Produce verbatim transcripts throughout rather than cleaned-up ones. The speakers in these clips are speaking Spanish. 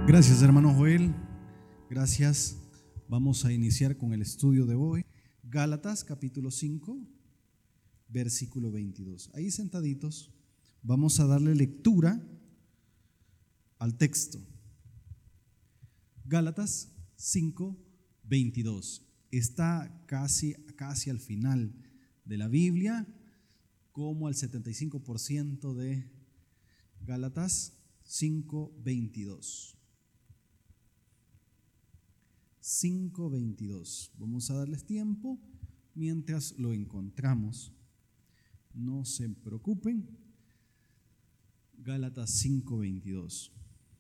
Gracias, hermano Joel. Gracias. Vamos a iniciar con el estudio de hoy. Gálatas capítulo cinco, versículo veintidós. Ahí sentaditos vamos a darle lectura al texto. Gálatas cinco, veintidós. Está casi, casi al final de la Biblia, como al setenta y cinco por ciento de Gálatas cinco, veintidós. cinco, veintidós. Vamos a darles tiempo mientras lo encontramos. No se preocupen. Gálatas cinco, veintidós.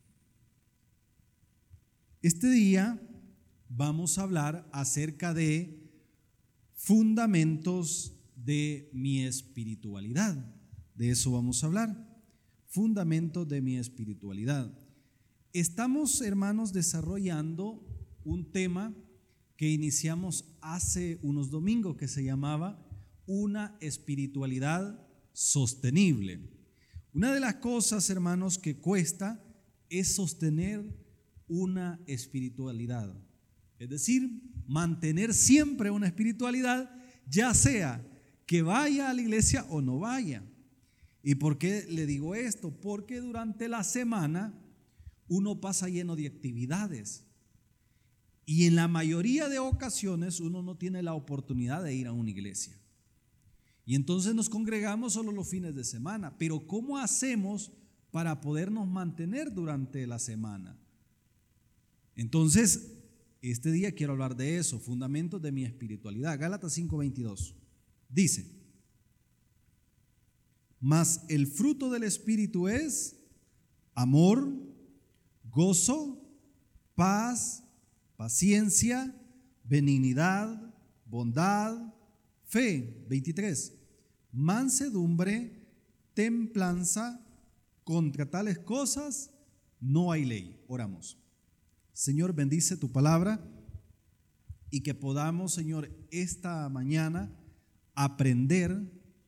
Este día vamos a hablar acerca de fundamentos de mi espiritualidad. De eso vamos a hablar. Fundamentos de mi espiritualidad. Estamos, hermanos, desarrollando un tema que iniciamos hace unos domingos que se llamaba una espiritualidad sostenible. Una de las cosas, hermanos, que cuesta es sostener una espiritualidad, es decir, mantener siempre una espiritualidad, ya sea que vaya a la iglesia o no vaya. ¿Y por qué le digo esto? Porque durante la semana uno pasa lleno de actividades. Y en la mayoría de ocasiones uno no tiene la oportunidad de ir a una iglesia. Y entonces nos congregamos solo los fines de semana. Pero ¿cómo hacemos para podernos mantener durante la semana? Entonces, este día quiero hablar de eso, fundamentos de mi espiritualidad. Gálatas cinco, veintidós. Dice: mas el fruto del Espíritu es amor, gozo, paz, paciencia, benignidad, bondad, fe. veintitrés. Mansedumbre, templanza. Contra tales cosas no hay ley. Oramos. Señor, bendice tu palabra y que podamos, Señor, esta mañana aprender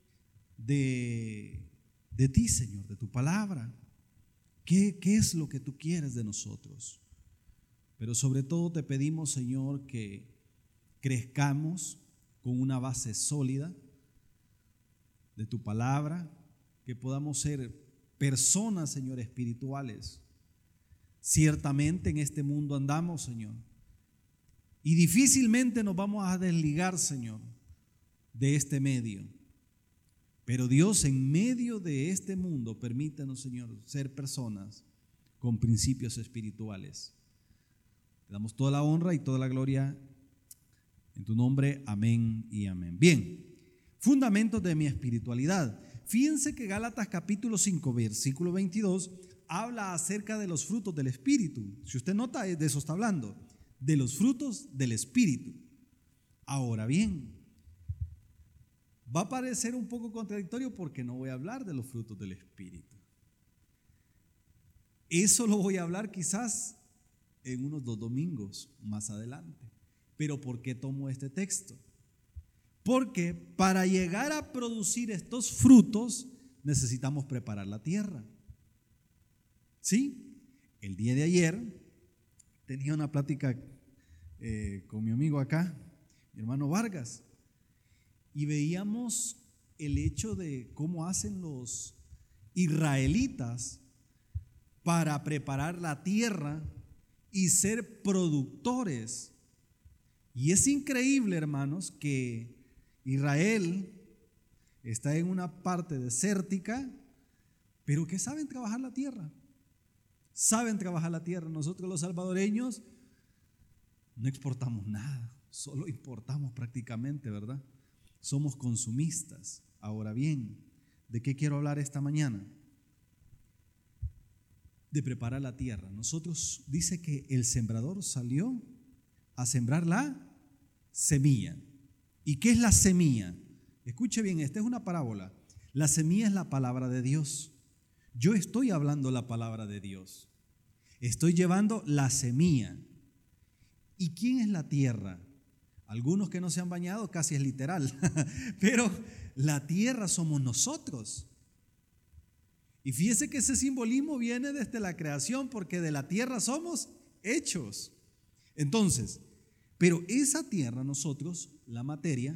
de, de ti, Señor, de tu palabra. ¿Qué, qué es lo que tú quieres de nosotros? Pero sobre todo te pedimos, Señor, que crezcamos con una base sólida de tu palabra, que podamos ser personas, Señor, espirituales. Ciertamente en este mundo andamos, Señor, y difícilmente nos vamos a desligar, Señor, de este medio. Pero Dios, en medio de este mundo, permítanos, Señor, ser personas con principios espirituales. Te damos toda la honra y toda la gloria en tu nombre, amén y amén. Bien, fundamentos de mi espiritualidad. Fíjense que Gálatas capítulo cinco, versículo veintidós, habla acerca de los frutos del Espíritu. Si usted nota, de eso está hablando, de los frutos del Espíritu. Ahora bien, va a parecer un poco contradictorio porque no voy a hablar de los frutos del Espíritu. Eso lo voy a hablar quizás en unos dos domingos más adelante. Pero ¿por qué tomo este texto? Porque para llegar a producir estos frutos necesitamos preparar la tierra. ¿Sí? El día de ayer tenía una plática eh, con mi amigo acá, mi hermano Vargas, y veíamos el hecho de cómo hacen los israelitas para preparar la tierra y ser productores. Y es increíble, hermanos, que Israel está en una parte desértica, pero que saben trabajar la tierra. Saben trabajar la tierra. Nosotros los salvadoreños no exportamos nada, solo importamos prácticamente, ¿verdad? Somos consumistas. Ahora bien, ¿de qué quiero hablar esta mañana? De preparar la tierra. Nosotros, dice que el sembrador salió a sembrar la semilla. ¿Y qué es la semilla? Escuche bien, esta es una parábola. La semilla es la palabra de Dios. Yo estoy hablando la palabra de Dios. Estoy llevando la semilla. ¿Y quién es la tierra? Algunos que no se han bañado casi es literal, pero la tierra somos nosotros. Y fíjese que ese simbolismo viene desde la creación, porque de la tierra somos hechos. Entonces, pero esa tierra, nosotros, la materia,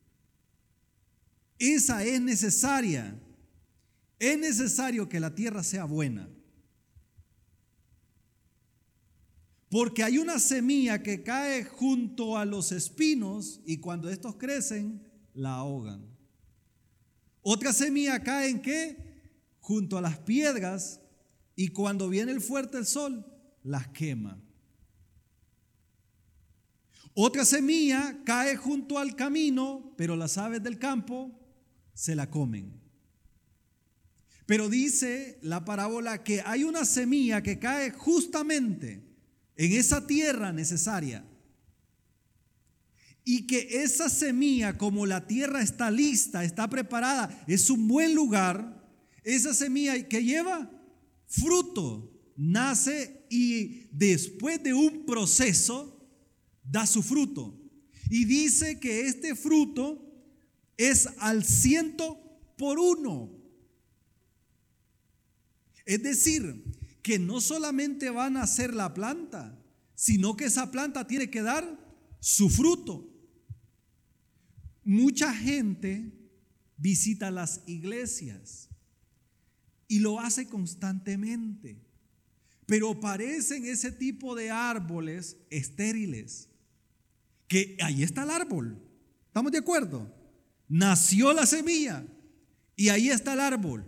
esa es necesaria. Es necesario que la tierra sea buena. Porque hay una semilla que cae junto a los espinos y cuando estos crecen, la ahogan. Otra semilla cae ¿en qué? Junto a las piedras y cuando viene el fuerte el sol, las quema. Otra semilla cae junto al camino, pero las aves del campo se la comen. Pero dice la parábola que hay una semilla que cae justamente en esa tierra necesaria. Y que esa semilla, como la tierra está lista, está preparada, es un buen lugar, esa semilla que lleva fruto, nace y después de un proceso da su fruto. Y dice que este fruto es al ciento por uno. Es decir, que no solamente va a nacer la planta, sino que esa planta tiene que dar su fruto. Mucha gente visita las iglesias y lo hace constantemente, pero parecen ese tipo de árboles estériles, que ahí está el árbol, ¿estamos de acuerdo? Nació la semilla y ahí está el árbol.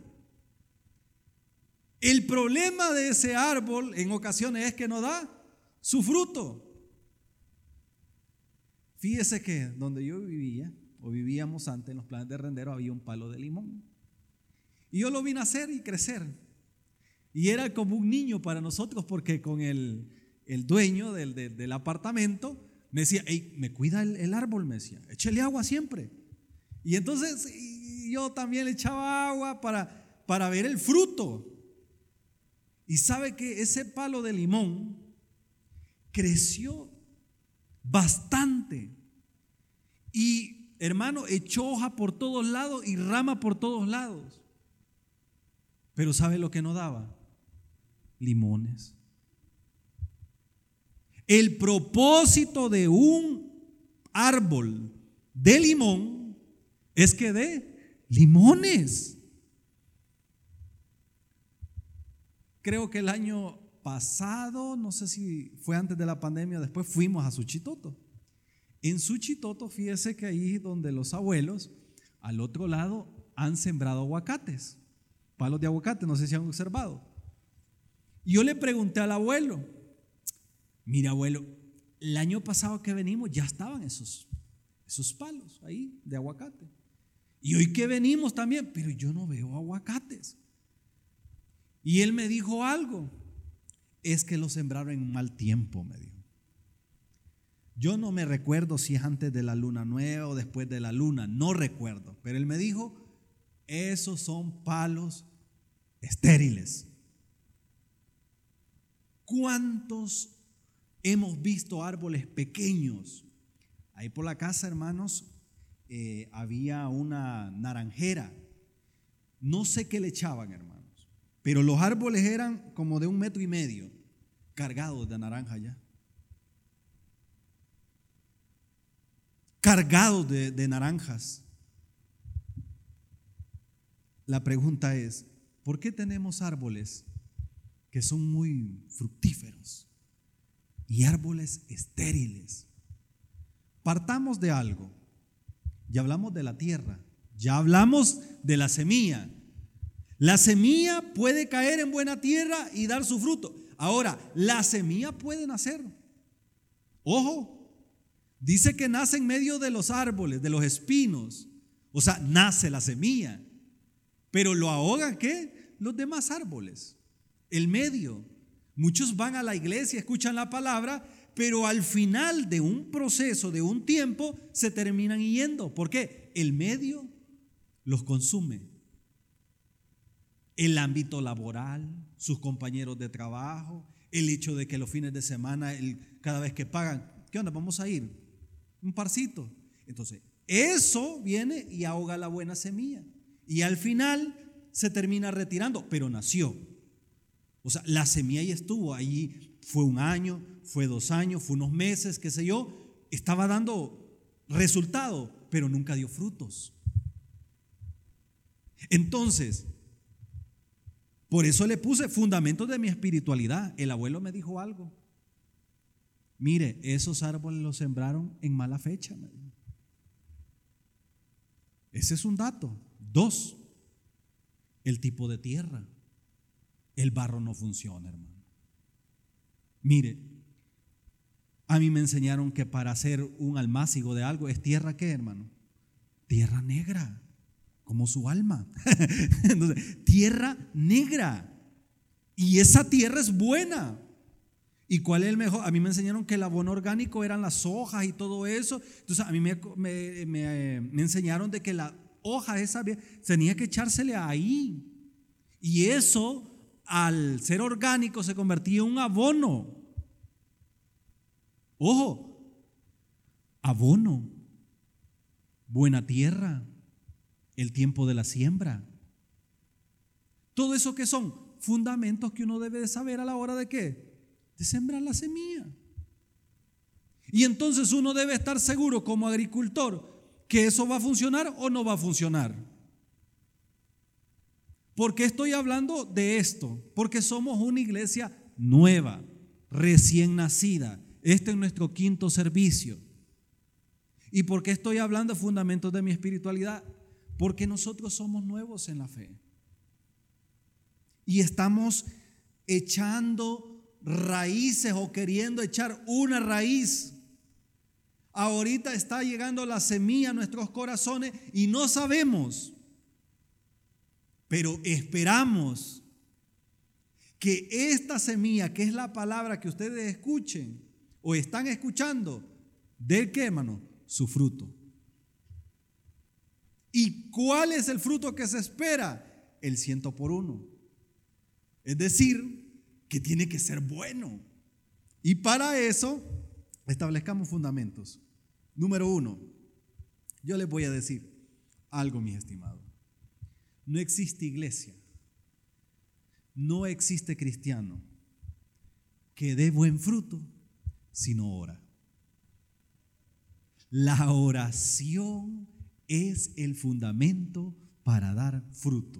El problema de ese árbol en ocasiones es que no da su fruto. Fíjese que donde yo vivía, o vivíamos antes en los Planes de Rendero, había un palo de limón. Y yo lo vi nacer y crecer. Y era como un niño para nosotros, porque con el, el dueño del, del, del apartamento me decía, hey, me cuida el, el árbol, me decía, échele agua siempre. Y entonces y yo también le echaba agua para, para ver el fruto. Y sabe que ese palo de limón creció bastante. Y hermano, echó hoja por todos lados y rama por todos lados. Pero ¿sabe lo que no daba? Limones. El propósito de un árbol de limón es que dé limones. Creo que el año pasado, no sé si fue antes de la pandemia, después fuimos a Suchitoto. En Suchitoto, fíjese que ahí donde los abuelos, al otro lado, han sembrado aguacates, palos de aguacate, no sé si han observado. Y yo le pregunté al abuelo, mira abuelo, el año pasado que venimos ya estaban esos, esos palos ahí de aguacate. Y hoy que venimos también, pero yo no veo aguacates. Y él me dijo algo, es que lo sembraron en mal tiempo, me dijo. Yo no me recuerdo si es antes de la luna nueva o después de la luna, no recuerdo, pero él me dijo, esos son palos estériles. ¿Cuántos hemos visto árboles pequeños? Ahí por la casa, hermanos, eh, había una naranjera. No sé qué le echaban, hermanos, pero los árboles eran como de un metro y medio, cargados de naranja ya. Cargados de, de naranjas. La pregunta es, ¿por qué tenemos árboles que son muy fructíferos y árboles estériles? Partamos de algo. Ya hablamos de la tierra, ya hablamos de la semilla. La semilla puede caer en buena tierra y dar su fruto. Ahora, la semilla puede nacer. Ojo, dice que nace en medio de los árboles, de los espinos. O sea, nace la semilla. Pero lo ahogan ¿qué? Los demás árboles. El medio. Muchos van a la iglesia, escuchan la palabra, pero al final de un proceso, de un tiempo, se terminan yendo. ¿Por qué? El medio los consume. El ámbito laboral, sus compañeros de trabajo, el hecho de que los fines de semana, el, cada vez que pagan, ¿qué onda? Vamos a ir, un parcito. Entonces, eso viene y ahoga la buena semilla. Y al final se termina retirando, pero nació. O sea, la semilla ahí estuvo, ahí fue un año, fue dos años, fue unos meses, qué sé yo, estaba dando resultado, pero nunca dio frutos. Entonces, por eso le puse fundamentos de mi espiritualidad. El abuelo me dijo algo. Mire, esos árboles los sembraron en mala fecha. Ese es un dato. Dos, el tipo de tierra. El barro no funciona, hermano. Mire, a mí me enseñaron que para hacer un almácigo de algo es tierra, ¿qué, hermano? Tierra negra, como su alma. Entonces, tierra negra. Y esa tierra es buena. ¿Y cuál es el mejor? A mí me enseñaron que el abono orgánico eran las hojas y todo eso. Entonces a mí me, me, me, me enseñaron de que la hoja esa tenía que echársele ahí. Y eso, al ser orgánico, se convertía en un abono. Ojo, abono, buena tierra, el tiempo de la siembra. Todo eso que son fundamentos que uno debe de saber a la hora de qué, de sembrar la semilla. Y entonces uno debe estar seguro como agricultor que eso va a funcionar o no va a funcionar. ¿Por qué estoy hablando de esto? Porque somos una iglesia nueva, recién nacida. Este es nuestro quinto servicio. ¿Y por qué estoy hablando de fundamentos de mi espiritualidad? Porque nosotros somos nuevos en la fe. Y estamos echando raíces o queriendo echar una raíz. Ahorita está llegando la semilla a nuestros corazones y no sabemos, pero esperamos que esta semilla, que es la palabra que ustedes escuchen o están escuchando, dé, ¿qué, hermano? Su fruto. ¿Y cuál es el fruto que se espera? El ciento por uno. Es decir, que tiene que ser bueno. Y para eso establezcamos fundamentos. Número uno, yo les voy a decir algo, mis estimados. No existe iglesia, no existe cristiano que dé buen fruto si no ora. La oración es el fundamento para dar fruto.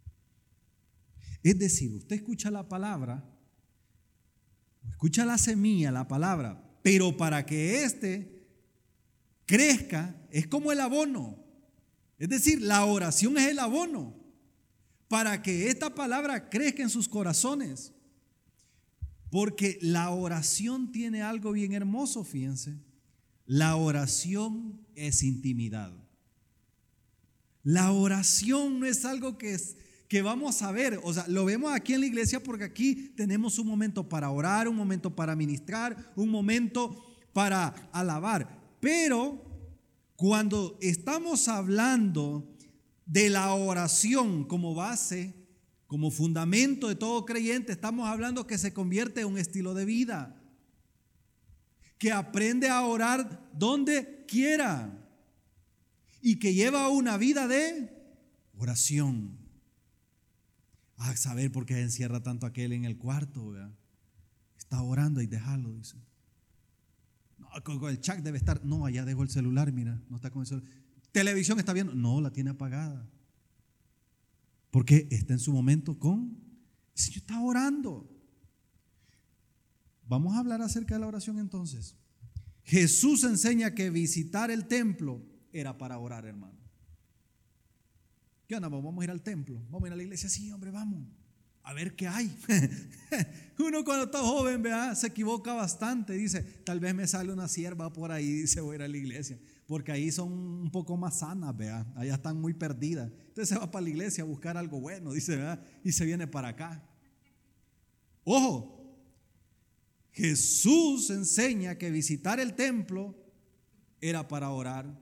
Es decir, usted escucha la palabra, escucha la semilla, la palabra, pero para que éste crezca es como el abono. Es decir, la oración es el abono para que esta palabra crezca en sus corazones. Porque la oración tiene algo bien hermoso, fíjense. La oración es intimidad. La oración no es algo que es que vamos a ver, o sea, lo vemos aquí en la iglesia porque aquí tenemos un momento para orar, un momento para ministrar, un momento para alabar. Pero cuando estamos hablando de la oración como base, como fundamento de todo creyente, estamos hablando que se convierte en un estilo de vida, que aprende a orar donde quiera y que lleva una vida de oración. A saber por qué encierra tanto aquel en el cuarto, ¿verdad? Está orando y déjalo, dice. No, con el chat debe estar. No, allá dejó el celular, mira, no está con el celular. Televisión está viendo. No, la tiene apagada. Porque está en su momento con. El Señor está orando. Vamos a hablar acerca de la oración entonces. Jesús enseña que visitar el templo era para orar, hermano. ¿Qué onda? Vamos a ir al templo, vamos a ir a la iglesia. Sí, hombre, vamos a ver qué hay. Uno cuando está joven, ¿verdad? Se equivoca bastante. Dice, tal vez me sale una sierva por ahí, dice, voy a ir a la iglesia, porque ahí son un poco más sanas, ¿verdad? Allá están muy perdidas. Entonces se va para la iglesia a buscar algo bueno, dice, ¿verdad? Y se viene para acá. Ojo, Jesús enseña que visitar el templo era para orar.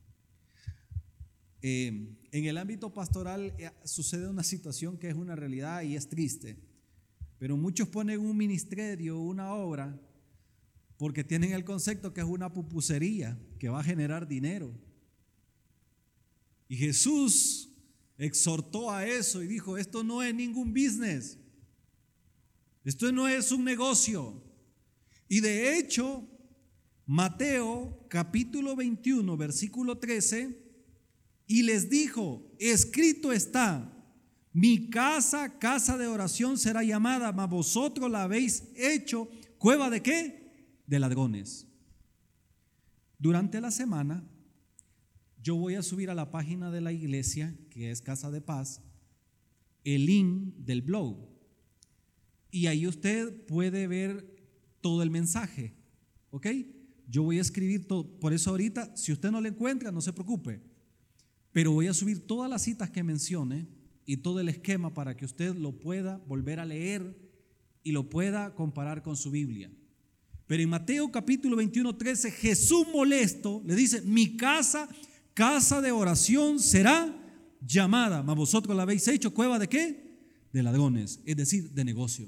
Eh, en el ámbito pastoral eh, sucede una situación que es una realidad y es triste, pero muchos ponen un ministerio, una obra, porque tienen el concepto que es una pupusería que va a generar dinero. Y Jesús exhortó a eso y dijo, esto no es ningún business, esto no es un negocio. Y de hecho, Mateo capítulo veintiuno, versículo trece, y les dijo, escrito está, mi casa, casa de oración será llamada, mas vosotros la habéis hecho cueva de ¿qué? De ladrones. Durante la semana, yo voy a subir a la página de la iglesia, que es Casa de Paz, el link del blog. Y ahí usted puede ver todo el mensaje, ¿ok? Yo voy a escribir todo, por eso ahorita, si usted no lo encuentra, no se preocupe, pero voy a subir todas las citas que mencione y todo el esquema para que usted lo pueda volver a leer y lo pueda comparar con su Biblia. Pero en Mateo capítulo veintiuno, trece, Jesús molesto le dice, mi casa, casa de oración será llamada, mas vosotros la habéis hecho cueva de ¿qué? De ladrones, es decir, de negocio.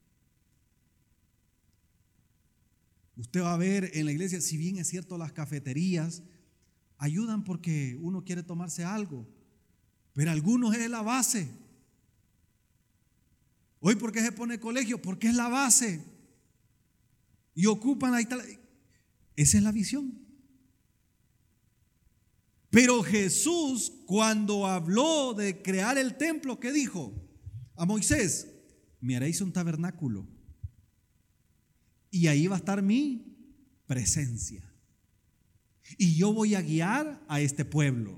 Usted va a ver en la iglesia, si bien es cierto, las cafeterías ayudan porque uno quiere tomarse algo, pero algunos es la base. Hoy, ¿por qué se pone colegio? Porque es la base. Y ocupan ahí tal. Esa es la visión. Pero Jesús, cuando habló de crear el templo, ¿qué dijo? A Moisés, me haréis un tabernáculo y ahí va a estar mi presencia. Y yo voy a guiar a este pueblo.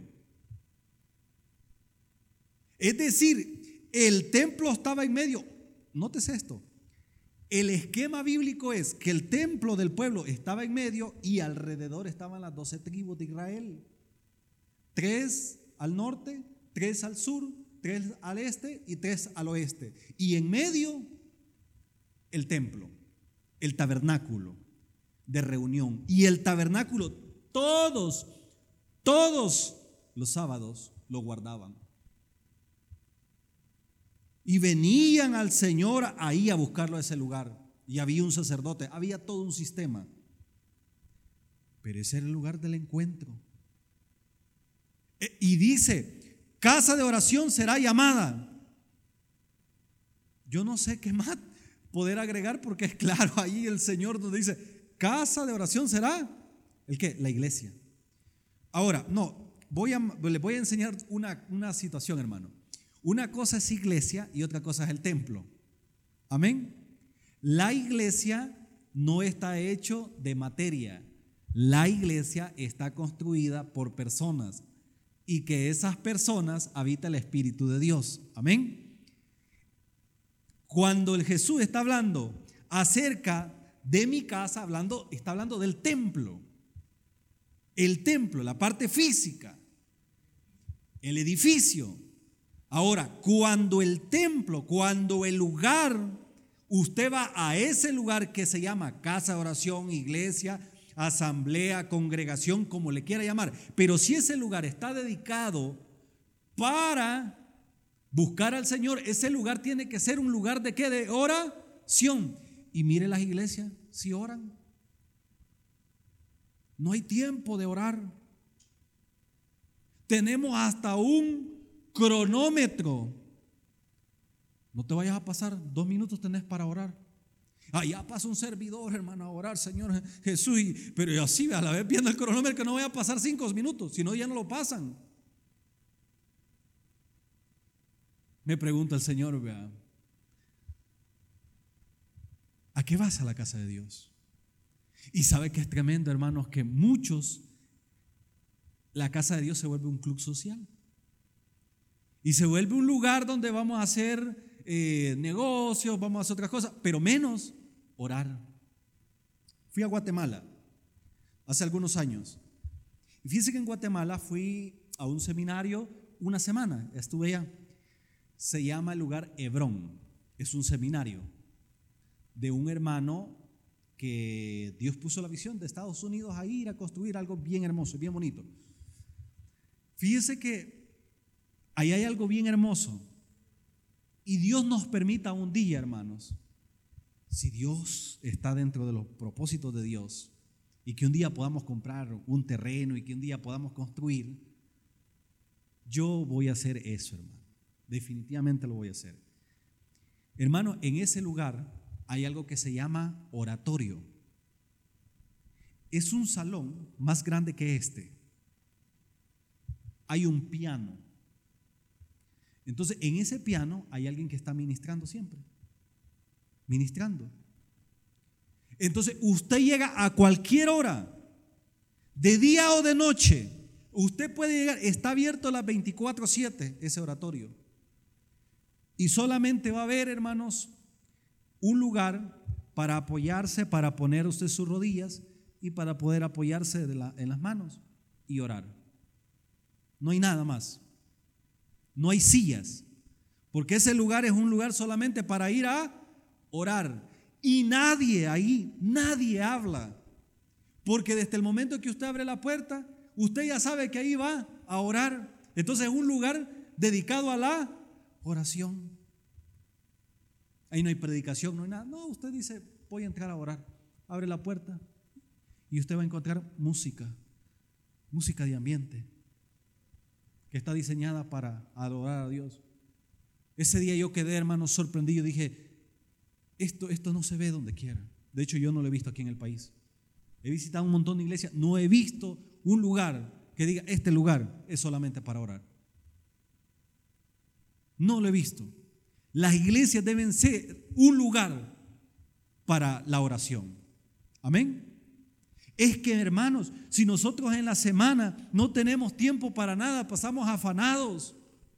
Es decir, el templo estaba en medio. Nótese esto. El esquema bíblico es que el templo del pueblo estaba en medio y alrededor estaban las doce tribus de Israel. Tres al norte, tres al sur, tres al este y tres al oeste. Y en medio, el templo, el tabernáculo de reunión. Y el tabernáculo, todos, todos los sábados lo guardaban. Y venían al Señor ahí a buscarlo a ese lugar. Y había un sacerdote, había todo un sistema. Pero ese era el lugar del encuentro. Y dice, casa de oración será llamada. Yo no sé qué más poder agregar porque es claro, ahí el Señor nos dice, casa de oración será, ¿el qué? La iglesia. Ahora, no, voy a, les voy a enseñar una, una situación, hermano. Una cosa es iglesia y otra cosa es el templo. Amén. La iglesia no está hecho de materia. La iglesia está construida por personas y que esas personas habita el Espíritu de Dios. Amén. Cuando el Jesús está hablando acerca de mi casa, hablando, está hablando del templo. El templo, la parte física, el edificio. Ahora, cuando el templo, cuando el lugar, usted va a ese lugar que se llama casa de oración, iglesia, asamblea, congregación, como le quiera llamar, pero si ese lugar está dedicado para buscar al Señor, ese lugar tiene que ser un lugar de ¿qué? De oración. Y mire las iglesias, si oran, no hay tiempo de orar. Tenemos hasta un cronómetro. No te vayas a pasar, dos minutos tenés para orar. Ah, ya pasa un servidor, hermano, a orar, Señor Jesús. Y, pero así a la vez viendo el cronómetro que no vaya a pasar cinco minutos, si no ya no lo pasan. Me pregunta el Señor, vea, ¿a qué vas a la casa de Dios? Y sabe que es tremendo, hermanos, que muchos, la casa de Dios se vuelve un club social. Y se vuelve un lugar donde vamos a hacer eh, negocios, vamos a hacer otras cosas, pero menos orar. Fui a Guatemala hace algunos años. Y fíjense que en Guatemala fui a un seminario una semana, estuve allá. Se llama el lugar Hebrón. Es un seminario de un hermano que Dios puso la visión de Estados Unidos a ir a construir algo bien hermoso, bien bonito. Fíjense que ahí hay algo bien hermoso. Y Dios nos permita un día, hermanos, si Dios está dentro de los propósitos de Dios, y que un día podamos comprar un terreno y que un día podamos construir, yo voy a hacer eso, hermano. Definitivamente lo voy a hacer. Hermano, en ese lugar hay algo que se llama oratorio. Es un salón más grande que este. Hay un piano. Entonces, en ese piano hay alguien que está ministrando siempre. Ministrando. Entonces, usted llega a cualquier hora, de día o de noche. Usted puede llegar, está abierto las veinticuatro siete ese oratorio. Y solamente va a haber, hermanos, un lugar para apoyarse, para poner usted sus rodillas y para poder apoyarse de la, en las manos y orar. No hay nada más. No hay sillas, porque ese lugar es un lugar solamente para ir a orar. Y nadie ahí, nadie habla, porque desde el momento que usted abre la puerta, usted ya sabe que ahí va a orar. Entonces es un lugar dedicado a la oración. Ahí no hay predicación, no hay nada. No, usted dice, voy a entrar a orar. Abre la puerta y usted va a encontrar música, música de ambiente, que está diseñada para adorar a Dios. Ese día yo quedé, hermano, sorprendido. Dije, esto, esto no se ve donde quiera. De hecho, yo no lo he visto aquí en el país. He visitado un montón de iglesias, no he visto un lugar que diga, este lugar es solamente para orar. No lo he visto. Las iglesias deben ser un lugar para la oración. Amén. Es que, hermanos, si nosotros en la semana no tenemos tiempo para nada, pasamos afanados.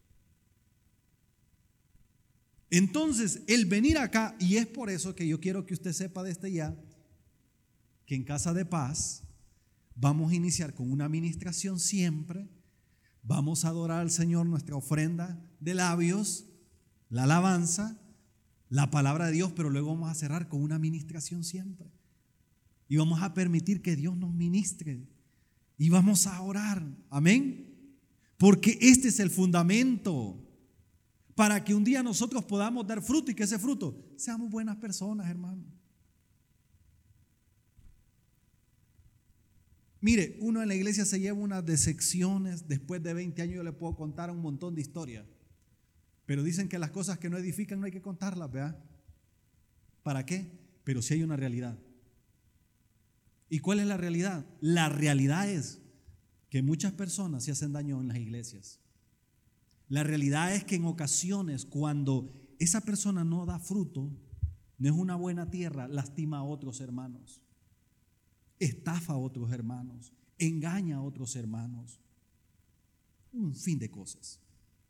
Entonces, el venir acá, y es por eso que yo quiero que usted sepa desde ya, que en Casa de Paz vamos a iniciar con una administración siempre. Vamos a adorar al Señor, nuestra ofrenda de labios, la alabanza, la palabra de Dios, pero luego vamos a cerrar con una administración siempre. Y vamos a permitir que Dios nos ministre. Y vamos a orar. Amén. Porque este es el fundamento para que un día nosotros podamos dar fruto y que ese fruto seamos buenas personas, hermano. Mire, uno en la iglesia se lleva unas decepciones. Después de veinte años yo le puedo contar un montón de historias. Pero dicen que las cosas que no edifican no hay que contarlas, ¿verdad? ¿Para qué? Pero sí hay una realidad. ¿Y cuál es la realidad? La realidad es que muchas personas se hacen daño en las iglesias. La realidad es que en ocasiones, cuando esa persona no da fruto, no es una buena tierra, lastima a otros hermanos, estafa a otros hermanos, engaña a otros hermanos, un fin de cosas.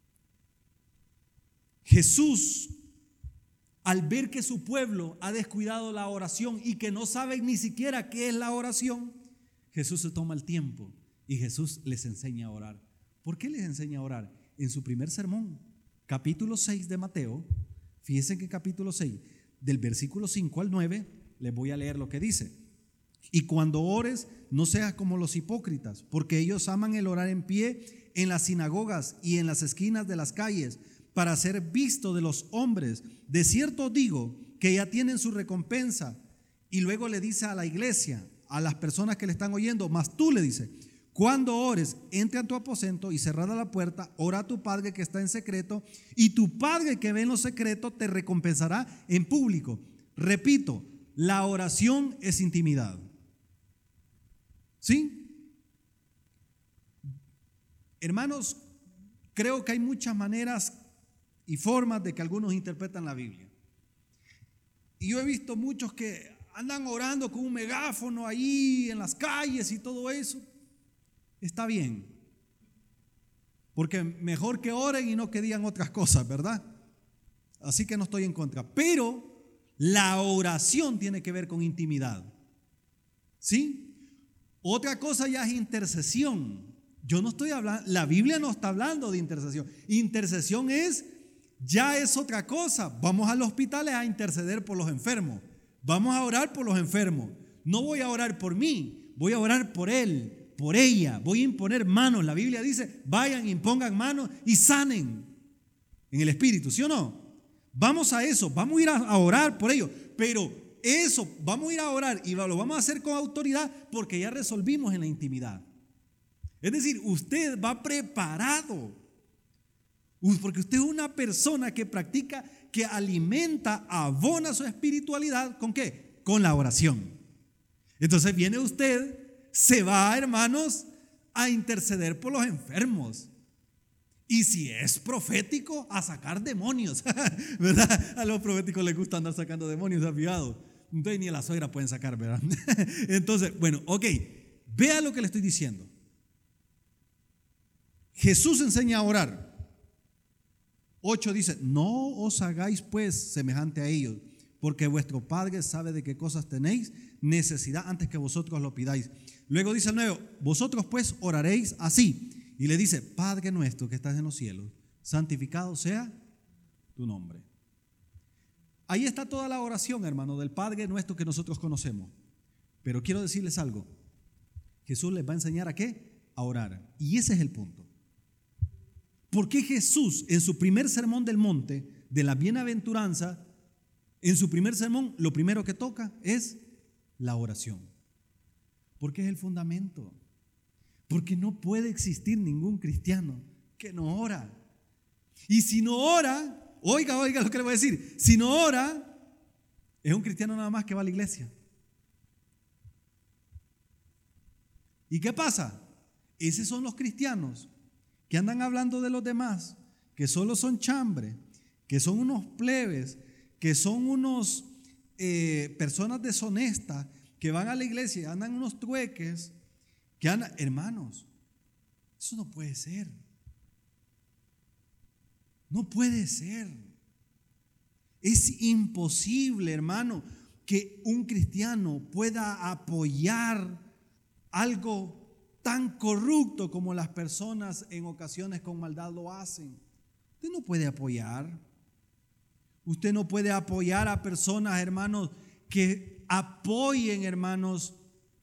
Jesús, al ver que su pueblo ha descuidado la oración y que no sabe ni siquiera qué es la oración, Jesús se toma el tiempo y Jesús les enseña a orar. ¿Por qué les enseña a orar? En su primer sermón, capítulo seis de Mateo, fíjense que capítulo seis, del versículo cinco al nueve, les voy a leer lo que dice. Y cuando ores, no seas como los hipócritas, porque ellos aman el orar en pie en las sinagogas y en las esquinas de las calles, para ser visto de los hombres. De cierto digo que ya tienen su recompensa. Y luego le dice a la iglesia, a las personas que le están oyendo, mas tú le dice, cuando ores, entra en tu aposento y cerrada la puerta, ora a tu Padre que está en secreto, y tu Padre que ve en lo secreto te recompensará en público. Repito, la oración es intimidad. ¿Sí? Hermanos, creo que hay muchas maneras y formas de que algunos interpretan la Biblia. Y yo he visto muchos que andan orando con un megáfono ahí en las calles y todo eso. Está bien, porque mejor que oren y no que digan otras cosas, ¿verdad? Así que no estoy en contra. Pero la oración tiene que ver con intimidad. ¿Sí? Otra cosa ya es intercesión. Yo no estoy hablando, la Biblia no está hablando de intercesión. Intercesión es, ya es otra cosa. Vamos al hospital a interceder por los enfermos. Vamos a orar por los enfermos. No voy a orar por mí, voy a orar por él, por ella. Voy a imponer manos. La Biblia dice, vayan, impongan manos y sanen en el espíritu, ¿sí o no? Vamos a eso, vamos a ir a orar por ellos. Pero eso, vamos a ir a orar y lo vamos a hacer con autoridad porque ya resolvimos en la intimidad. Es decir, usted va preparado Porque usted es una persona que practica, que alimenta, abona su espiritualidad. ¿Con qué? Con la oración. Entonces viene usted, se va, hermanos, a interceder por los enfermos. Y si es profético, a sacar demonios. ¿Verdad? A los proféticos les gusta andar sacando demonios, ¿ha? Entonces ni a la suegra pueden sacar, ¿verdad? Entonces, bueno, ok, vea lo que le estoy diciendo. Jesús enseña a orar. ocho dice, no os hagáis pues semejante a ellos, porque vuestro Padre sabe de qué cosas tenéis necesidad antes que vosotros lo pidáis. Luego dice el nueve, vosotros pues oraréis así. Y le dice, Padre nuestro que estás en los cielos, santificado sea tu nombre. Ahí está toda la oración, hermano, del Padre nuestro que nosotros conocemos. Pero quiero decirles algo. Jesús les va a enseñar a qué, a orar. Y ese es el punto. ¿Por qué Jesús en su primer sermón del monte de la bienaventuranza, en su primer sermón, lo primero que toca es la oración? Porque es el fundamento. Porque no puede existir ningún cristiano que no ora. Y si no ora, oiga, oiga lo que le voy a decir, si no ora, es un cristiano nada más que va a la iglesia. ¿Y qué pasa? Esos son los cristianos que andan hablando de los demás, que solo son chambre, que son unos plebes, que son unos eh, personas deshonestas, que van a la iglesia y andan unos trueques, que andan, hermanos, eso no puede ser. No puede ser. Es imposible, hermano, que un cristiano pueda apoyar algo tan corrupto como las personas en ocasiones con maldad lo hacen. Usted no puede apoyar. Usted no puede apoyar a personas, hermanos, que apoyen, hermanos,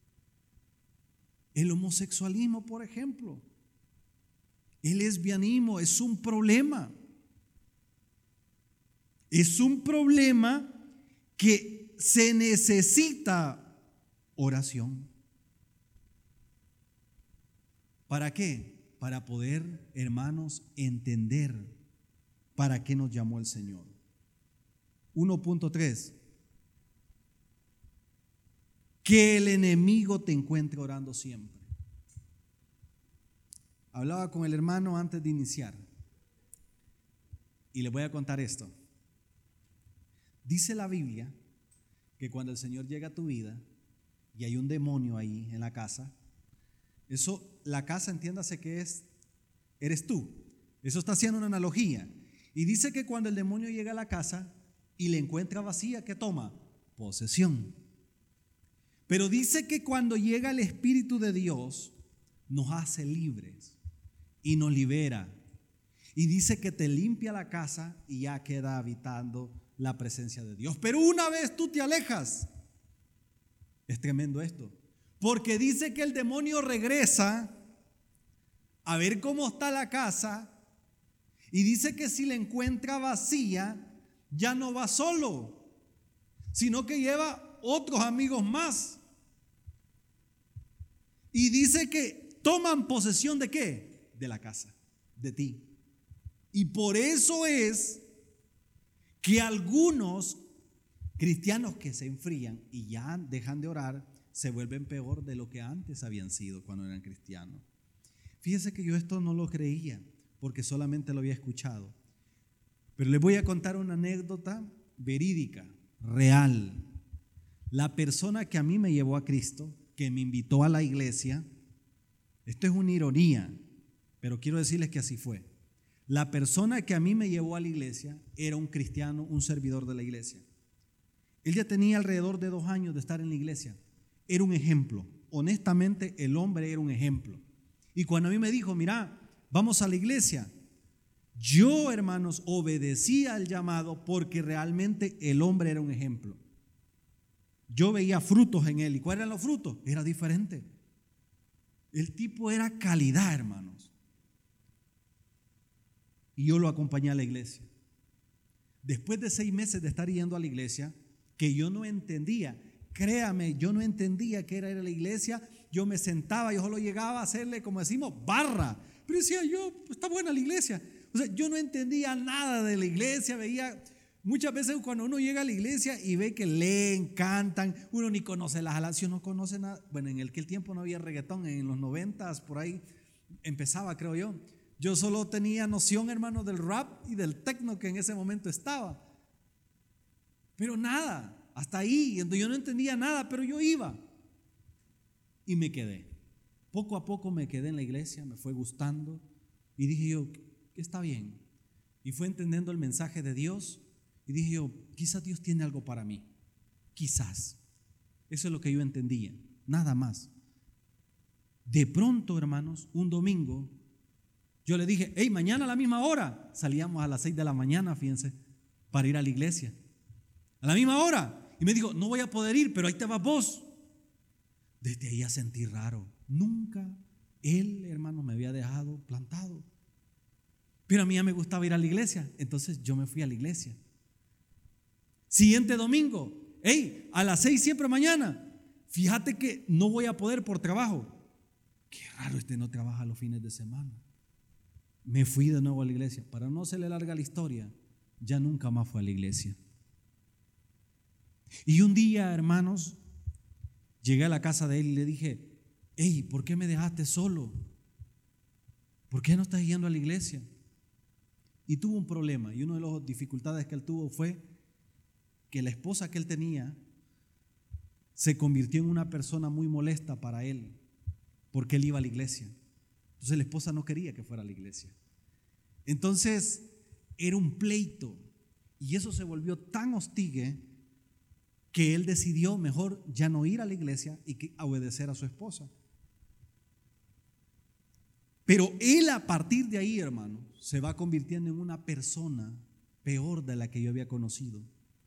el homosexualismo, por ejemplo. El lesbianismo es un problema. Es un problema que se necesita oración. ¿Para qué? Para poder, hermanos, entender para qué nos llamó el Señor. uno punto tres. Que el enemigo te encuentre orando siempre. Hablaba con el hermano antes de iniciar y le voy a contar esto. Dice la Biblia que cuando el Señor llega a tu vida y hay un demonio ahí en la casa, eso, la casa, entiéndase que es, eres tú. Eso está haciendo una analogía. Y dice que cuando el demonio llega a la casa y le encuentra vacía, ¿qué toma? Posesión. Pero dice que cuando llega el Espíritu de Dios, nos hace libres y nos libera. Y dice que te limpia la casa y ya queda habitando la presencia de Dios. Pero una vez tú te alejas, es tremendo esto. Porque dice que el demonio regresa a ver cómo está la casa y dice que si la encuentra vacía, ya no va solo, sino que lleva otros amigos más. Y dice que toman posesión ¿de qué? De la casa, de ti. Y por eso es que algunos cristianos que se enfrían y ya dejan de orar, se vuelven peor de lo que antes habían sido cuando eran cristianos. Fíjese que yo esto no lo creía porque solamente lo había escuchado. Pero les voy a contar una anécdota verídica, real. La persona que a mí me llevó a Cristo, que me invitó a la iglesia, esto es una ironía, pero quiero decirles que así fue. La persona que a mí me llevó a la iglesia era un cristiano, un servidor de la iglesia. Él ya tenía alrededor de dos años de estar en la iglesia. Era un ejemplo. Honestamente, el hombre era un ejemplo. Y cuando a mí me dijo, mira, vamos a la iglesia, yo, hermanos, obedecí al llamado porque realmente el hombre era un ejemplo. Yo veía frutos en él. ¿Y cuáles eran los frutos? Era diferente. El tipo era calidad, hermanos. Y yo lo acompañé a la iglesia. Después de seis meses de estar yendo a la iglesia, que yo no entendía, créame, yo no entendía qué era ir a la iglesia. Yo me sentaba, yo solo llegaba a hacerle, como decimos, barra. Pero decía yo, está buena la iglesia. O sea, yo no entendía nada de la iglesia, veía muchas veces cuando uno llega a la iglesia y ve que leen, cantan, uno ni conoce las alabanzas, no conoce nada. Bueno, en aquel tiempo no había reggaetón, en los noventas por ahí empezaba, creo yo. Yo solo tenía noción, hermano, del rap y del techno que en ese momento estaba. Pero nada, hasta ahí, yo no entendía nada, pero yo iba y me quedé. Poco a poco me quedé en la iglesia, me fue gustando y dije yo, está bien. Y fue entendiendo el mensaje de Dios y dije yo, quizás Dios tiene algo para mí, quizás. Eso es lo que yo entendía, nada más. De pronto, hermanos, un domingo, yo le dije, hey, mañana a la misma hora. Salíamos a las seis de la mañana, fíjense, para ir a la iglesia. A la misma hora. Y me dijo, no voy a poder ir, pero ahí te vas vos. Desde ahí ya sentí raro. Nunca él, hermano, me había dejado plantado. Pero a mí ya me gustaba ir a la iglesia. Entonces yo me fui a la iglesia. Siguiente domingo, hey, a las seis siempre mañana. Fíjate que no voy a poder por trabajo. Qué raro, este no trabaja los fines de semana. Me fui de nuevo a la iglesia. Para no se le larga la historia, ya nunca más fue a la iglesia. Y un día, hermanos, llegué a la casa de él y le dije, hey, ¿por qué me dejaste solo? ¿Por qué no estás yendo a la iglesia? Y tuvo un problema, y una de las dificultades que él tuvo fue que la esposa que él tenía se convirtió en una persona muy molesta para él, porque él iba a la iglesia. Entonces la esposa no quería que fuera a la iglesia. Entonces era un pleito, y eso se volvió tan hostigue que él decidió mejor ya no ir a la iglesia y que obedecer a su esposa. Pero él, a partir de ahí, hermano, se va convirtiendo en una persona peor de la que yo había conocido.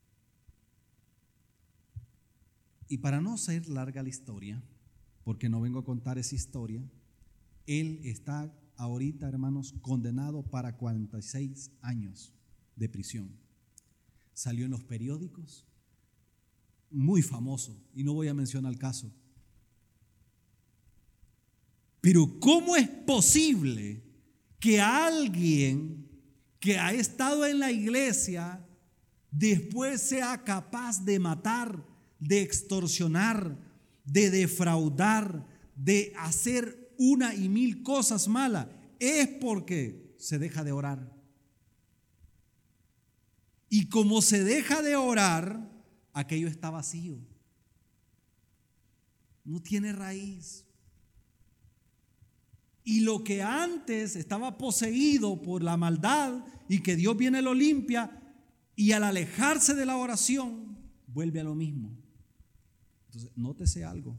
Y para no ser larga la historia, porque no vengo a contar esa historia, él está ahorita, hermanos, condenado para cuarenta y seis años de prisión. Salió en los periódicos, muy famoso, y no voy a mencionar el caso. Pero ¿cómo es posible que alguien que ha estado en la iglesia después sea capaz de matar, de extorsionar, de defraudar, de hacer una y mil cosas malas? Es porque se deja de orar. Y como se deja de orar, aquello está vacío, no tiene raíz. Y lo que antes estaba poseído por la maldad y que Dios viene y lo limpia, y al alejarse de la oración vuelve a lo mismo. Entonces, nótese algo.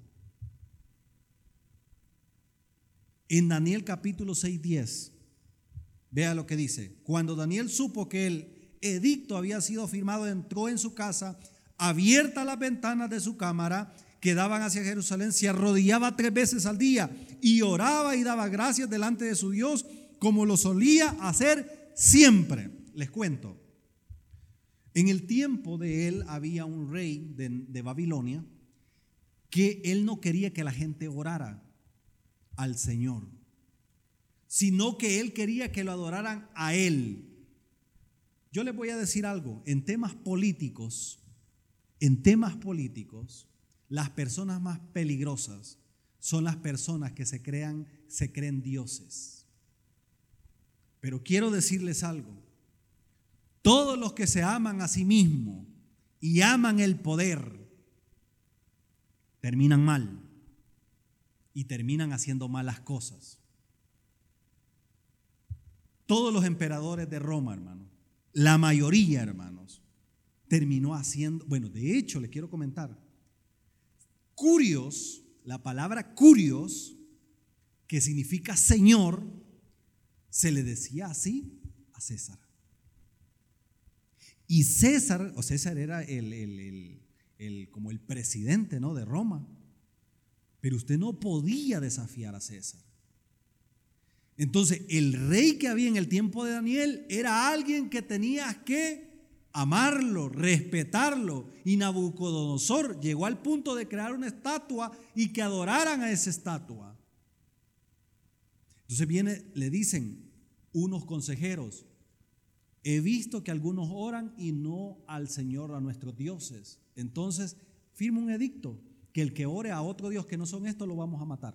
En Daniel capítulo seis, diez, vea lo que dice. Cuando Daniel supo que el edicto había sido firmado, entró en su casa, abiertas las ventanas de su cámara que daban hacia Jerusalén, se arrodillaba tres veces al día y oraba y daba gracias delante de su Dios, como lo solía hacer siempre. Les cuento, en el tiempo de él había un rey de, de Babilonia que él no quería que la gente orara al Señor, sino que él quería que lo adoraran a él. Yo les voy a decir algo, en temas políticos, en temas políticos, las personas más peligrosas son las personas que se crean, se creen dioses. Pero quiero decirles algo, todos los que se aman a sí mismos y aman el poder, terminan mal y terminan haciendo malas cosas. Todos los emperadores de Roma, hermano, la mayoría, hermanos, terminó haciendo, bueno, de hecho, les quiero comentar, Curios, la palabra curios, que significa señor, se le decía así a César. Y César, o César era el, el, el, el, como el presidente, ¿no?, de Roma, pero usted no podía desafiar a César. Entonces, el rey que había en el tiempo de Daniel era alguien que tenías que amarlo, respetarlo, y Nabucodonosor llegó al punto de crear una estatua y que adoraran a esa estatua. Entonces viene, le dicen, unos consejeros. He visto que algunos oran y no al Señor, a nuestros dioses. Entonces, firma un edicto que el que ore a otro Dios que no son estos lo vamos a matar.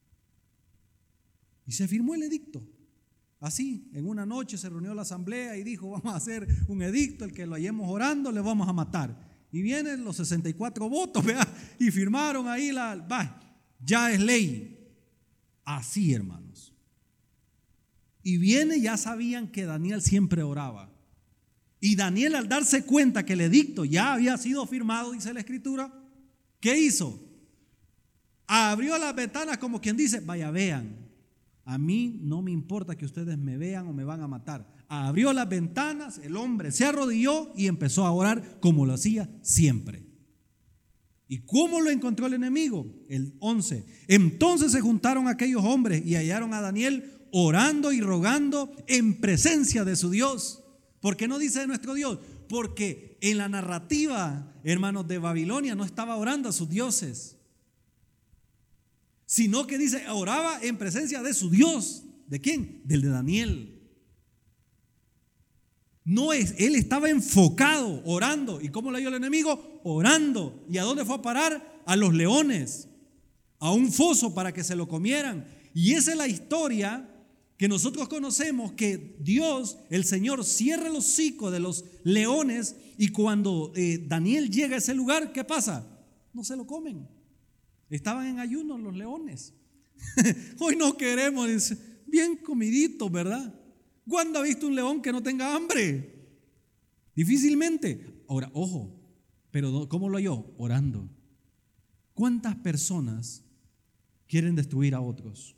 Y se firmó el edicto. Así, en una noche se reunió la asamblea y dijo, vamos a hacer un edicto, el que lo hayamos orando le vamos a matar. Y vienen los sesenta y cuatro votos, ¿verdad? Y firmaron ahí la, va, ya es ley. Así, hermanos. Y viene, ya sabían que Daniel siempre oraba. Y Daniel, al darse cuenta que el edicto ya había sido firmado, dice la Escritura, ¿qué hizo? Abrió las ventanas como quien dice, vaya, vean, a mí no me importa que ustedes me vean o me van a matar. Abrió las ventanas, el hombre se arrodilló y empezó a orar como lo hacía siempre. ¿Y cómo lo encontró el enemigo? El once. Entonces se juntaron aquellos hombres y hallaron a Daniel orando y rogando en presencia de su Dios. ¿Por qué no dice de nuestro Dios? Porque en la narrativa, hermanos, de Babilonia no estaba orando a sus dioses, sino que dice, oraba en presencia de su Dios. ¿De quién? Del de Daniel. No es, él estaba enfocado, orando. ¿Y cómo le dio el enemigo? Orando. ¿Y a dónde fue a parar? A los leones, a un foso para que se lo comieran. Y esa es la historia que nosotros conocemos, que Dios, el Señor, cierra el hocico de los leones, y cuando eh, Daniel llega a ese lugar, ¿qué pasa? No se lo comen. Estaban en ayuno los leones. Hoy no queremos, dice, bien comiditos, ¿verdad? ¿Cuándo ha visto un león que no tenga hambre? Difícilmente. Ahora, ojo, pero ¿cómo lo oyó? Orando. ¿Cuántas personas quieren destruir a otros?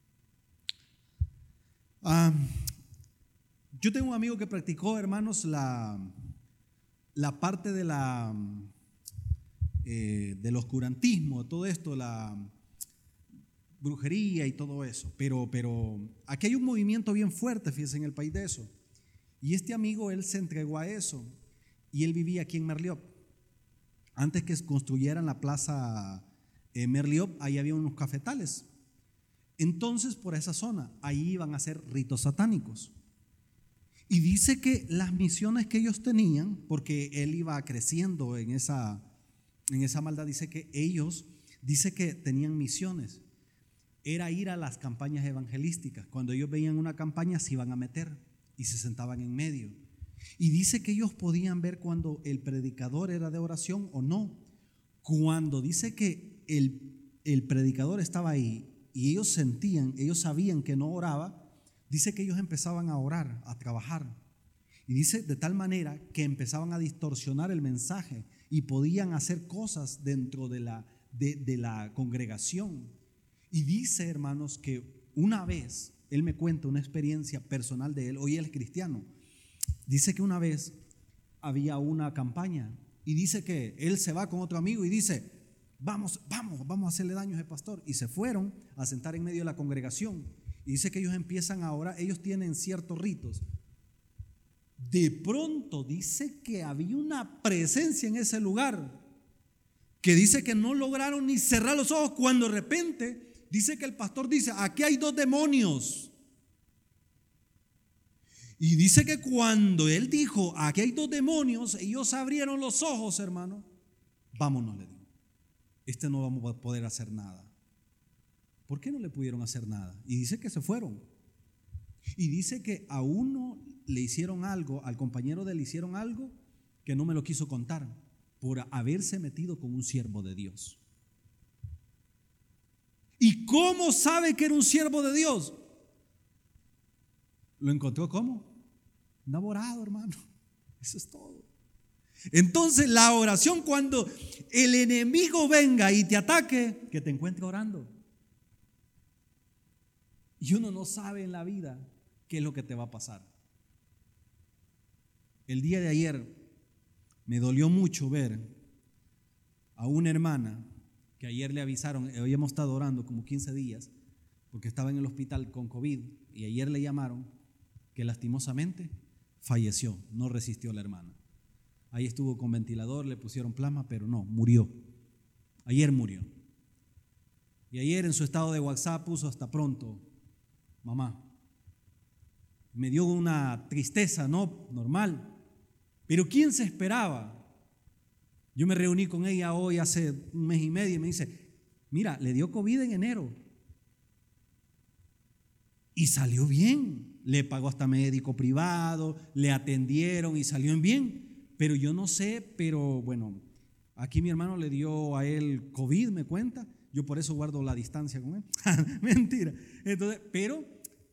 Ah, yo tengo un amigo que practicó, hermanos, la, la parte de la eh, del oscurantismo, todo esto, la brujería y todo eso, pero, pero aquí hay un movimiento bien fuerte, fíjense, en el país de eso. Y este amigo, él se entregó a eso, y él vivía aquí en Merliop. Antes que construyeran la plaza eh, Merliop, ahí había unos cafetales. Entonces, por esa zona, ahí iban a hacer ritos satánicos. Y dice que las misiones que ellos tenían, porque él iba creciendo en esa, en esa maldad, dice que ellos, dice que tenían misiones. Era ir a las campañas evangelísticas. Cuando ellos veían una campaña, se iban a meter y se sentaban en medio. Y dice que ellos podían ver cuando el predicador era de oración o no. Cuando dice que el, el predicador estaba ahí y ellos sentían, ellos sabían que no oraba, dice que ellos empezaban a orar, a trabajar. Y dice de tal manera que empezaban a distorsionar el mensaje y podían hacer cosas dentro de la, de, de la congregación. Y dice, hermanos, que una vez, él me cuenta una experiencia personal de él, hoy él es cristiano. Dice que una vez había una campaña y dice que él se va con otro amigo y dice, vamos, vamos, vamos a hacerle daño a ese pastor. Y se fueron a sentar en medio de la congregación. Y dice que ellos empiezan a orar, ellos tienen ciertos ritos. De pronto dice que había una presencia en ese lugar, que dice que no lograron ni cerrar los ojos cuando de repente dice que el pastor dice, aquí hay dos demonios. Y dice que cuando él dijo, aquí hay dos demonios, ellos abrieron los ojos, hermano. Vámonos, le digo. Este no vamos a poder hacer nada. ¿Por qué no le pudieron hacer nada? Y dice que se fueron. Y dice que a uno le hicieron algo, al compañero de él le hicieron algo que no me lo quiso contar, por haberse metido con un siervo de Dios. ¿Y cómo sabe que era un siervo de Dios? ¿Lo encontró cómo? Enamorado, hermano. Eso es todo. Entonces la oración, cuando el enemigo venga y te ataque, que te encuentre orando. Y uno no sabe en la vida qué es lo que te va a pasar. El día de ayer me dolió mucho ver a una hermana que ayer le avisaron, habíamos estado orando como quince días porque estaba en el hospital con COVID, y ayer le llamaron que lastimosamente falleció, no resistió la hermana. Ahí estuvo con ventilador, le pusieron plasma, pero no, murió. Ayer murió. Y ayer en su estado de WhatsApp puso hasta pronto, mamá. Me dio una tristeza, ¿no? Normal. Pero ¿quién se esperaba? Yo me reuní con ella hoy hace un mes y medio y me dice, mira, le dio COVID en enero y salió bien. Le pagó hasta médico privado, le atendieron y salió en bien. Pero yo no sé, pero bueno, aquí mi hermano le dio a él COVID, me cuenta. Yo por eso guardo la distancia con él. Mentira. Entonces, pero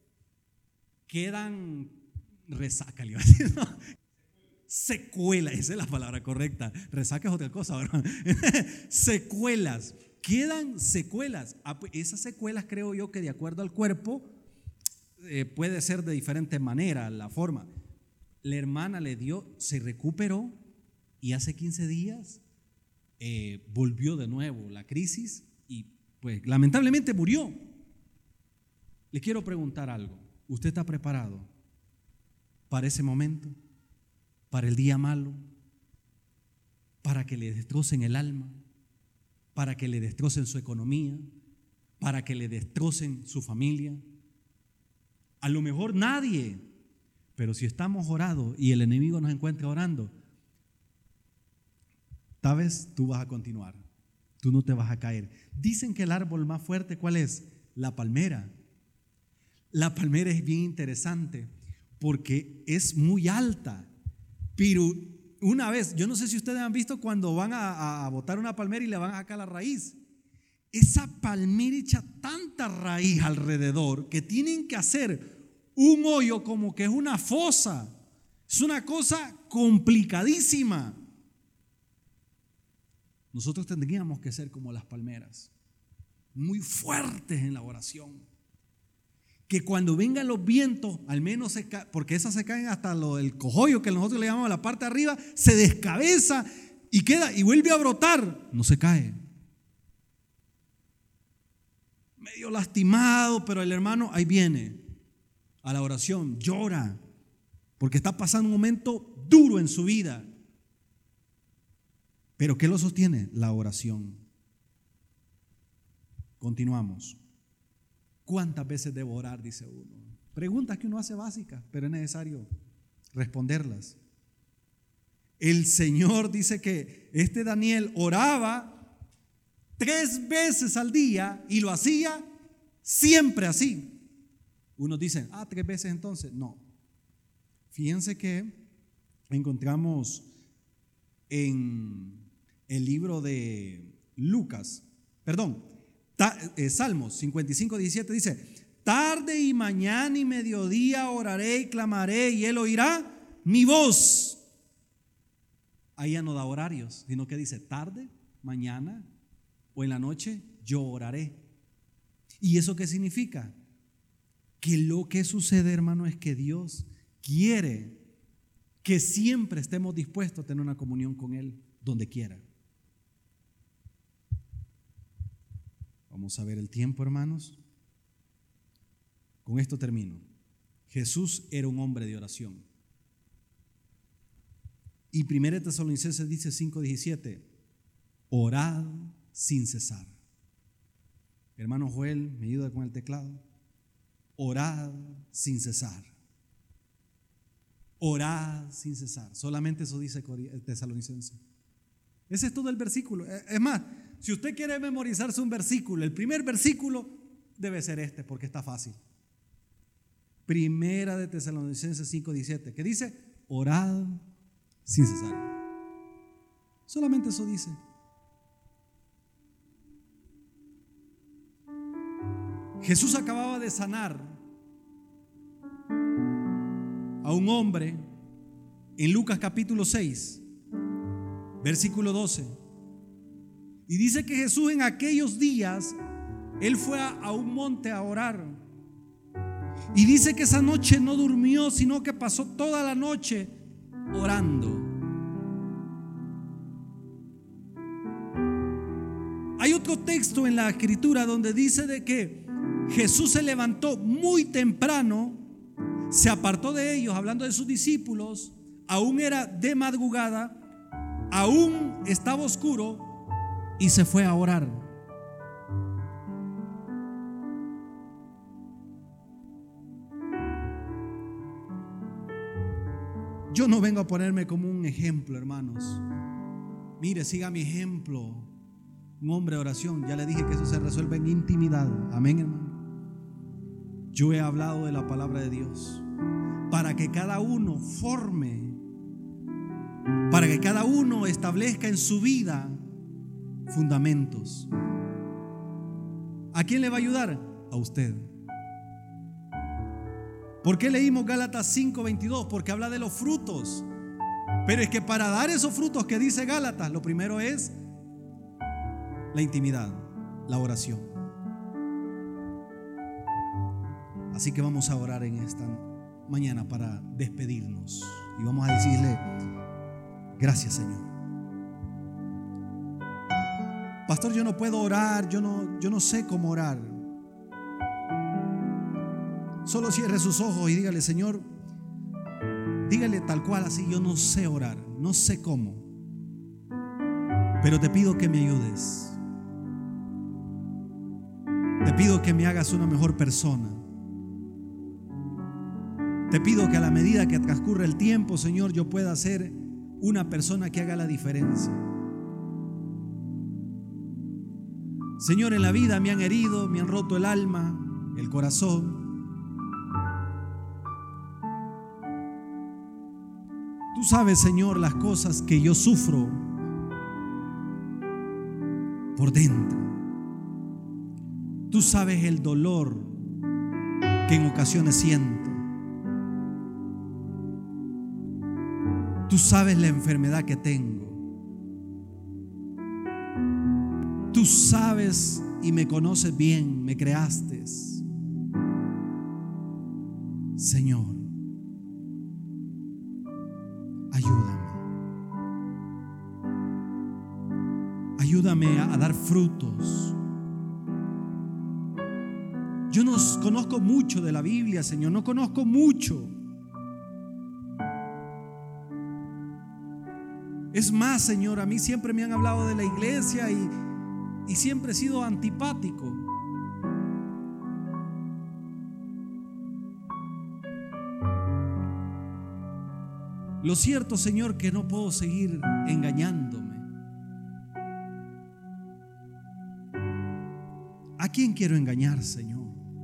quedan resaca, le iba a decir, ¿no? Secuelas, esa es la palabra correcta. Resaca es otra cosa, ¿verdad? Secuelas, quedan secuelas. Esas secuelas creo yo que de acuerdo al cuerpo eh, puede ser de diferente manera la forma. La hermana le dio, se recuperó y hace quince días eh, volvió de nuevo la crisis y pues lamentablemente murió. Le quiero preguntar algo. ¿Usted está preparado para ese momento? ¿Para el día malo? ¿Para que le destrocen el alma? ¿Para que le destrocen su economía? ¿Para que le destrocen su familia? A lo mejor nadie, pero si estamos orando y el enemigo nos encuentra orando, tal vez tú vas a continuar, tú no te vas a caer. Dicen que el árbol más fuerte, ¿cuál es? La palmera. La palmera es bien interesante porque es muy alta. Pero una vez, yo no sé si ustedes han visto cuando van a, a botar una palmera y le van a sacar la raíz. Esa palmera echa tanta raíz alrededor que tienen que hacer un hoyo como que es una fosa. Es una cosa complicadísima. Nosotros tendríamos que ser como las palmeras, muy fuertes en la oración. Que cuando vengan los vientos, al menos se ca- porque esas se caen hasta lo del cojollo que nosotros le llamamos la parte de arriba, se descabeza y queda y vuelve a brotar, no se cae. Medio lastimado, pero el hermano ahí viene a la oración, llora, porque está pasando un momento duro en su vida. Pero ¿qué lo sostiene? La oración. Continuamos. ¿Cuántas veces debo orar? Dice uno. Preguntas que uno hace básicas, pero es necesario responderlas. El Señor dice que este Daniel oraba tres veces al día y lo hacía siempre así. Unos dicen, ah, tres veces entonces. No. Fíjense que encontramos en el libro de Lucas, perdón, Salmos cincuenta y cinco, diecisiete dice, tarde y mañana y mediodía oraré y clamaré y Él oirá mi voz. Ahí ya no da horarios, sino que dice tarde, mañana o en la noche yo oraré. ¿Y eso qué significa? Que lo que sucede, hermano, es que Dios quiere que siempre estemos dispuestos a tener una comunión con Él donde quiera. Vamos a ver el tiempo, hermanos. Con esto termino. Jesús era un hombre de oración. Y primera de Tesalonicenses dice cinco diecisiete, orad sin cesar. Hermano Joel, ¿me ayuda con el teclado? Orad sin cesar. Orad sin cesar. Solamente eso dice Tesalonicenses. Ese es todo el versículo. Es más, si usted quiere memorizarse un versículo, el primer versículo debe ser este, porque está fácil. Primera de Tesalonicenses cinco diecisiete, que dice, orad sin cesar. Solamente eso dice. Jesús acababa de sanar a un hombre en Lucas capítulo seis, versículo doce. Y dice que Jesús en aquellos días, Él fue a, a un monte a orar. Y dice que esa noche no durmió, sino que pasó toda la noche orando. Hay otro texto en la escritura donde dice de que Jesús se levantó muy temprano, se apartó de ellos, hablando de sus discípulos, aún era de madrugada, aún estaba oscuro, y se fue a orar. Yo no vengo a ponerme como un ejemplo, hermanos. Mire, siga mi ejemplo. Un hombre de oración. Ya le dije que eso se resuelve en intimidad. Amén, hermano. Yo he hablado de la palabra de Dios para que cada uno forme, para que cada uno establezca en su vida fundamentos. ¿A quién le va a ayudar? A usted. ¿Por qué leímos Gálatas cinco veintidós? Porque habla de los frutos. Pero es que para dar esos frutos que dice Gálatas, lo primero es la intimidad, la oración. Así que vamos a orar en esta mañana para despedirnos y vamos a decirle: gracias, Señor. Pastor, yo no puedo orar, yo no, yo no sé cómo orar. Solo cierre sus ojos y dígale: Señor, dígale tal cual así: yo no sé orar, no sé cómo, pero te pido que me ayudes. Te pido que me hagas una mejor persona. Te pido que a la medida que transcurre el tiempo, Señor, yo pueda ser una persona que haga la diferencia. Señor, en la vida me han herido, me han roto el alma, el corazón. Tú sabes, Señor, las cosas que yo sufro por dentro. Tú sabes el dolor que en ocasiones siento. Tú sabes la enfermedad que tengo. Tú sabes y me conoces bien, me creaste. Señor, ayúdame. Ayúdame a dar frutos. Yo no conozco mucho de la Biblia, Señor, no conozco mucho. Es más, Señor, a mí siempre me han hablado de la iglesia y, y siempre he sido antipático. Lo cierto, Señor, que no puedo seguir engañándome. ¿A quién quiero engañar, Señor?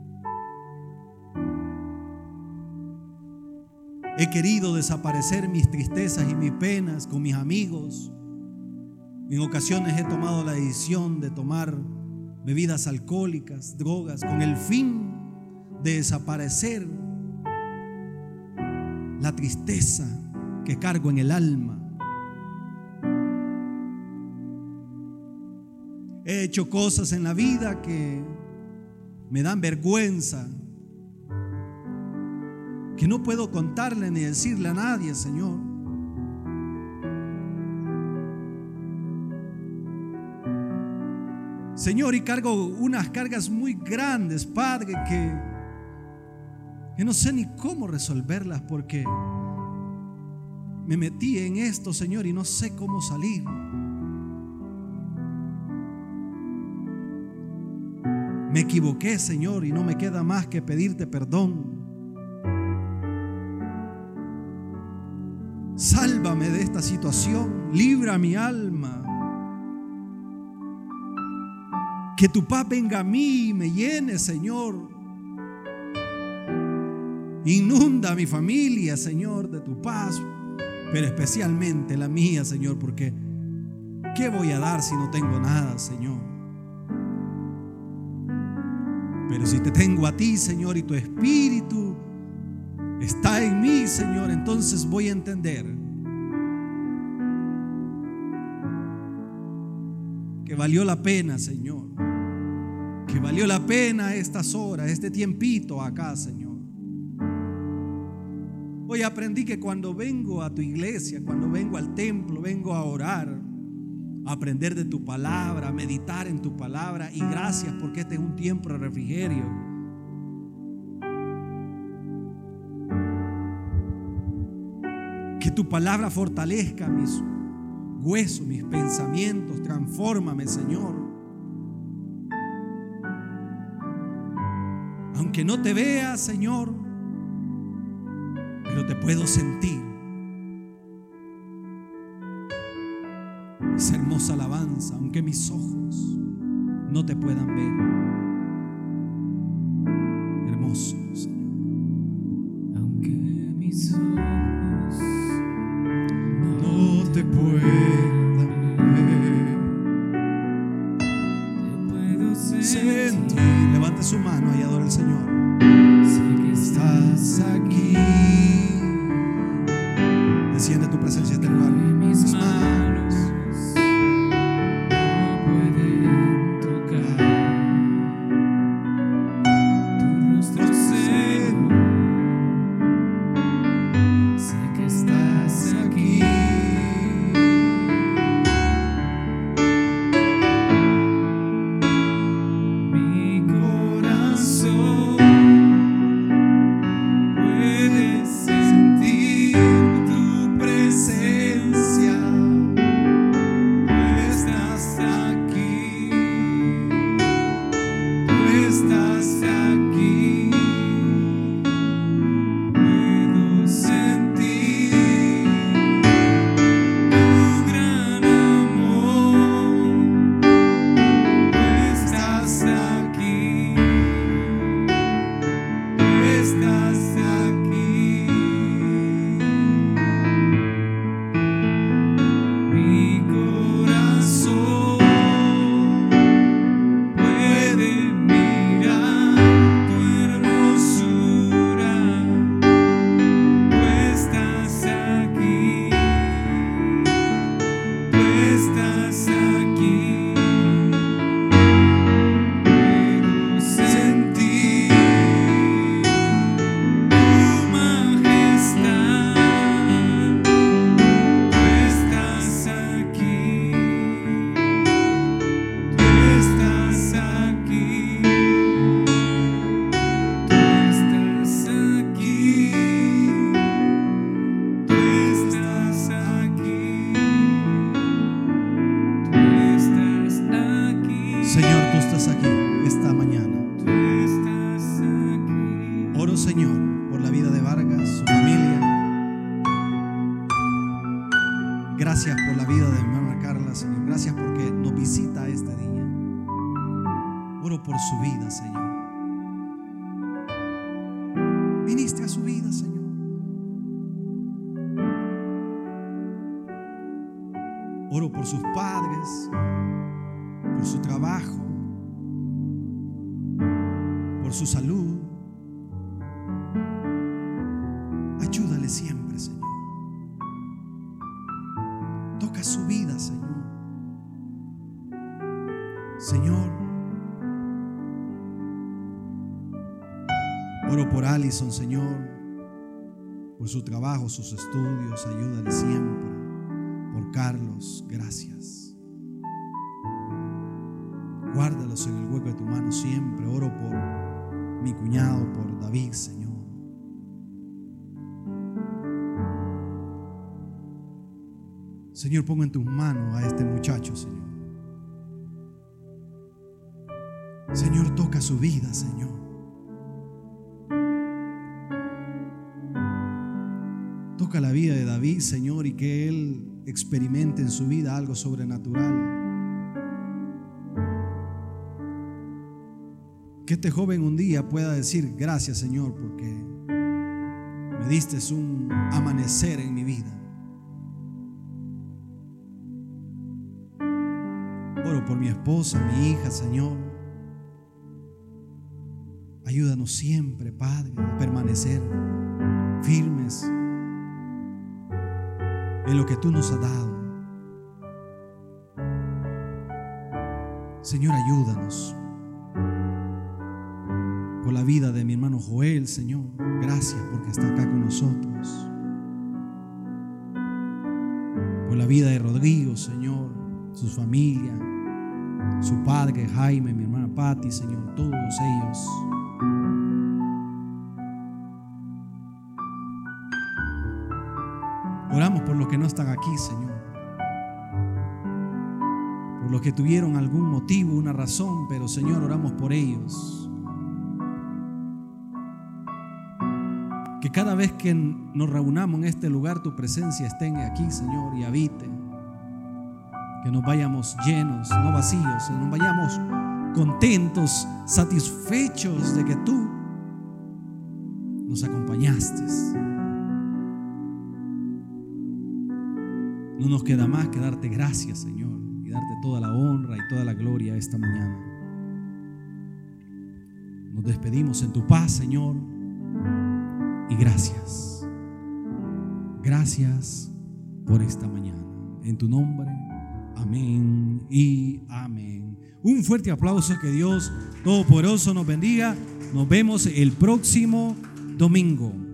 He querido desaparecer mis tristezas y mis penas con mis amigos. En ocasiones he tomado la decisión de tomar bebidas alcohólicas, drogas, con el fin de desaparecer la tristeza que cargo en el alma. He hecho cosas en la vida que me dan vergüenza, que no puedo contarle ni decirle a nadie, Señor. Señor, y cargo unas cargas muy grandes, Padre, que, que no sé ni cómo resolverlas, porque me metí en esto, Señor, y no sé cómo salir. Me equivoqué, Señor, y no me queda más que pedirte perdón. Sálvame de esta situación, libra mi alma. Que tu paz venga a mí y me llene, Señor. Inunda a mi familia, Señor, de tu paz, pero especialmente la mía, Señor, porque ¿qué voy a dar si no tengo nada, Señor? Pero si te tengo a ti, Señor, y tu Espíritu está en mí, Señor, entonces voy a entender que valió la pena, Señor, que valió la pena estas horas, este tiempito acá, Señor. Hoy aprendí que cuando vengo a tu iglesia, cuando vengo al templo, vengo a orar, a aprender de tu palabra, a meditar en tu palabra, y gracias porque este es un tiempo de refrigerio. Que tu palabra fortalezca mis huesos, mis pensamientos. Transfórmame, Señor. Aunque no te vea, Señor, pero te puedo sentir. esa hermosa alabanza, aunque mis ojos no te puedan ver. Hermoso, Señor. Aunque mis ojos No te puedan ver, te puedo sentir. sentir. Levante su mano y adora al Señor. Sé que Estás aquí. Desciende tu presencia a este lugar. mis manos no pueden tocar tu rostro, Señor. Sé que estás aquí. Mi corazón puede sentir tu presencia. Tú estás aquí. Tú estás aquí. Puedo sentir tu gran amor. Tú estás aquí. Tú estás aquí. Mi corazón puede mirar tu hermosura. Tú estás aquí. Tú estás aquí. Puedo sentir tu majestad. Tú estás aquí. Tú estás aquí. Tú estás aquí. Tú estás aquí. Tú estás aquí. Señor, tú estás aquí esta mañana. Tú estás aquí. Oro, Señor, por la vida de Vargas, su familia. Gracias por la vida de mi hermana Carla, Señor. Gracias porque nos visita este día. Oro por su vida, Señor. Viniste a su vida, Señor. Oro por sus padres, por su trabajo, por su salud. Ayúdale siempre, Señor. Toca su vida, Señor. Señor, oro por Allison, Señor, por su trabajo, sus estudios. Ayúdale siempre. Por Carlos, gracias. Guárdalos en el hueco de tu mano siempre. Oro por mi cuñado, por David, Señor. Señor, pongo en tus manos a este muchacho, Señor. Señor, toca su vida, Señor. Toca la vida de David, Señor, y que él experimente en su vida algo sobrenatural. Que este joven un día pueda decir: gracias, Señor, porque me diste un amanecer en mi vida. Oro por mi esposa, mi hija, Señor. Ayúdanos siempre, Padre, a permanecer firmes en lo que tú nos has dado. Señor, ayúdanos. Por la vida de mi hermano Joel, Señor, gracias porque está acá con nosotros. Por la vida de Rodrigo, Señor, su familia, su padre Jaime, mi hermana Patti, Señor, todos ellos. Oramos por los que no están aquí, Señor, por los que tuvieron algún motivo, una razón, pero Señor, oramos por ellos. Que cada vez que nos reunamos en este lugar, tu presencia esté aquí, Señor, y habite. que nos vayamos llenos, no vacíos, que nos vayamos contentos, satisfechos de que tú nos acompañaste. No nos queda más que darte gracias, Señor, y darte toda la honra y toda la gloria esta mañana. Nos despedimos en tu paz, Señor, y gracias. Gracias por esta mañana. En tu nombre, amén y amén. Un fuerte aplauso, que Dios Todopoderoso nos bendiga. Nos vemos el próximo domingo.